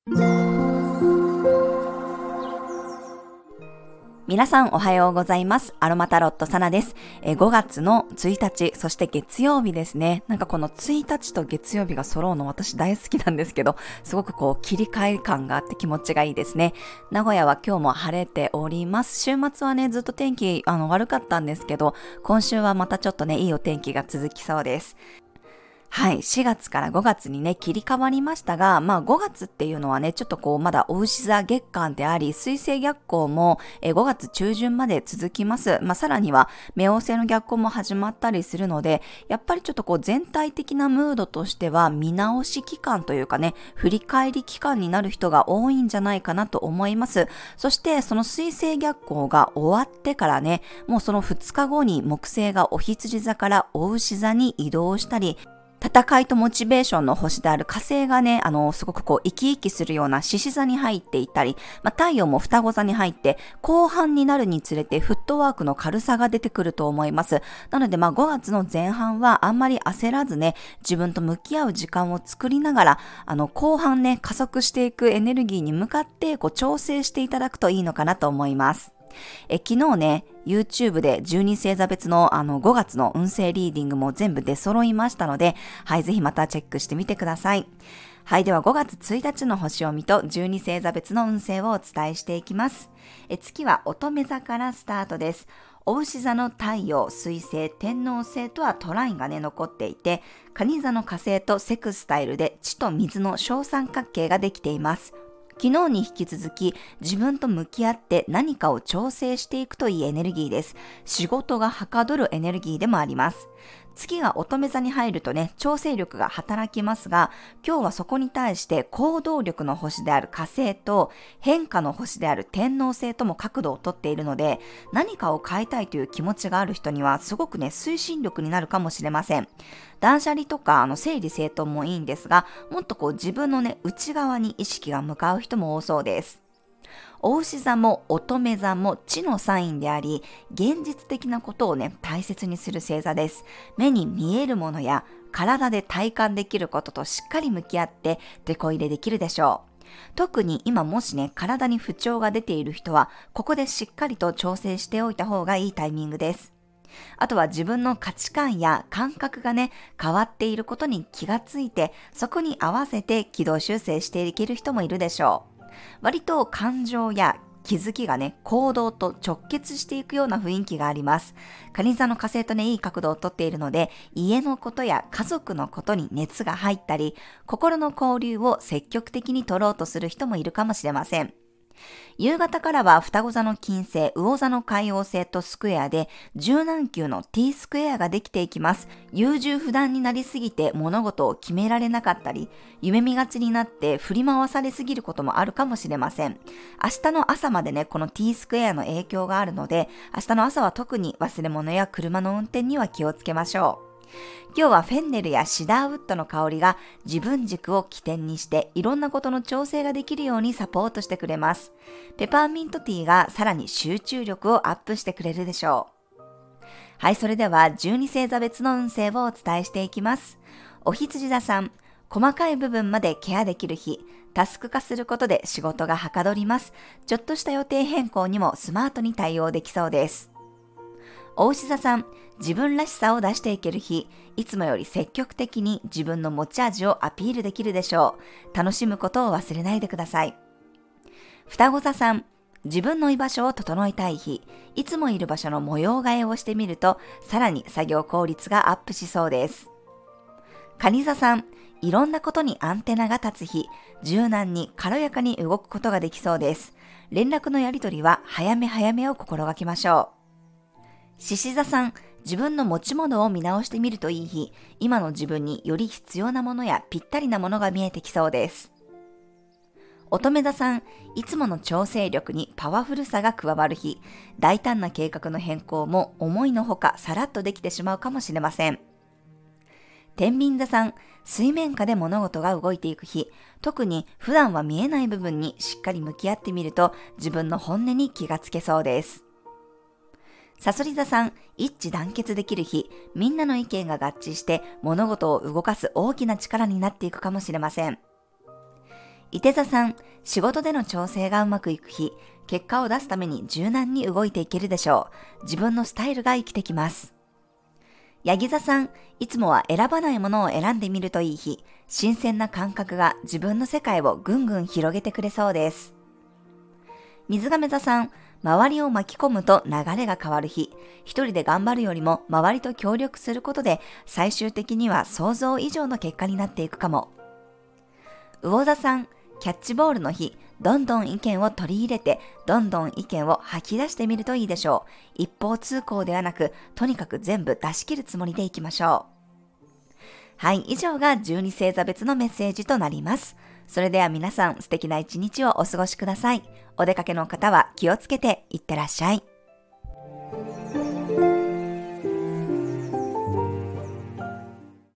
皆さんおはようございます。アロマタロットサナです。5月の1日、そして月曜日ですね。なんかこの1日と月曜日が揃うの私大好きなんですけど、すごく切り替え感があって気持ちがいいですね。名古屋は今日も晴れております。週末はね、ずっと天気悪かったんですけど、今週はまたちょっとね、いいお天気が続きそうです。はい、4月から5月にね、切り替わりましたが、5月っていうのはね、ちょっとまだお牛座月間であり、水星逆行も5月中旬まで続きます。さらには、冥王星の逆行も始まったりするので、やっぱりちょっと全体的なムードとしては、見直し期間というかね、振り返り期間になる人が多いんじゃないかなと思います。そして、その水星逆行が終わってからね、もうその2日後に木星がお羊座からお牛座に移動したり、戦いとモチベーションの星である火星がね、すごく生き生きするような獅子座に入っていたり、太陽も双子座に入って、後半になるにつれてフットワークの軽さが出てくると思います。なので5月の前半はあんまり焦らずね、自分と向き合う時間を作りながら、後半ね、加速していくエネルギーに向かって調整していただくといいのかなと思います。昨日ね、YouTube で12星座別の5月の運勢リーディングも全部出揃いましたので、はい、ぜひまたチェックしてみてください。はい、では5月1日の星読みと12星座別の運勢をお伝えしていきます。月は乙女座からスタートです。お牛座の太陽、水星、天王星とはトラインがね、残っていて、蟹座の火星とセクスタイルで地と水の小三角形ができています。昨日に引き続き自分と向き合って何かを調整していくといいエネルギーです。仕事がはかどるエネルギーでもあります。月が乙女座に入るとね、調整力が働きますが、今日はそこに対して行動力の星である火星と変化の星である天王星とも角度をとっているので、何かを変えたいという気持ちがある人にはすごくね、推進力になるかもしれません。断捨離とか整理整頓もいいんですが、もっと自分のね、内側に意識が向かう人も多そうです。お牛座も乙女座も地のサインであり、現実的なことをね、大切にする星座です。目に見えるものや体で体感できることとしっかり向き合って手こ入れできるでしょう。特に今もしね、体に不調が出ている人は、ここでしっかりと調整しておいた方がいいタイミングです。あとは自分の価値観や感覚がね、変わっていることに気がついて、そこに合わせて軌道修正していける人もいるでしょう。割と感情や気づきがね、行動と直結していくような雰囲気があります。蟹座の火星とね、いい角度をとっているので、家のことや家族のことに熱が入ったり、心の交流を積極的に取ろうとする人もいるかもしれません。夕方からは双子座の金星、魚座の海王星とスクエアで柔軟球の T スクエアができていきます。優柔不断になりすぎて物事を決められなかったり、夢見がちになって振り回されすぎることもあるかもしれません。明日の朝までね、この T スクエアの影響があるので、明日の朝は特に忘れ物や車の運転には気をつけましょう。今日はフェンネルやシダーウッドの香りが自分軸を起点にしていろんなことの調整ができるようにサポートしてくれます。ペパーミントティーがさらに集中力をアップしてくれるでしょう。はい、それでは12星座別の運勢をお伝えしていきます。お羊座さん、細かい部分までケアできる日、タスク化することで仕事がはかどります。ちょっとした予定変更にもスマートに対応できそうです。お牛座さん、自分らしさを出していける日、いつもより積極的に自分の持ち味をアピールできるでしょう。楽しむことを忘れないでください。双子座さん、自分の居場所を整えたい日、いつもいる場所の模様替えをしてみると、さらに作業効率がアップしそうです。蟹座さん、いろんなことにアンテナが立つ日、柔軟に軽やかに動くことができそうです。連絡のやり取りは早め早めを心がけましょう。獅子座さん、自分の持ち物を見直してみるといい日、今の自分により必要なものやぴったりなものが見えてきそうです。乙女座さん、いつもの調整力にパワフルさが加わる日、大胆な計画の変更も思いのほかさらっとできてしまうかもしれません。天秤座さん、水面下で物事が動いていく日、特に普段は見えない部分にしっかり向き合ってみると自分の本音に気がつけそうです。さそり座さん、一致団結できる日、みんなの意見が合致して物事を動かす大きな力になっていくかもしれません。 いて座さん、仕事での調整がうまくいく日、結果を出すために柔軟に動いていけるでしょう。自分のスタイルが生きてきます。ヤギ座さん、いつもは選ばないものを選んでみるといい日、新鮮な感覚が自分の世界をぐんぐん広げてくれそうです。水亀座さん、周りを巻き込むと流れが変わる日、一人で頑張るよりも周りと協力することで最終的には想像以上の結果になっていくかも。魚座さん、キャッチボールの日、どんどん意見を取り入れて、どんどん意見を吐き出してみるといいでしょう。一方通行ではなく、とにかく全部出し切るつもりでいきましょう。はい、以上が12星座別のメッセージとなります。それでは皆さん、素敵な一日をお過ごしください。お出かけの方は気をつけていってらっしゃい。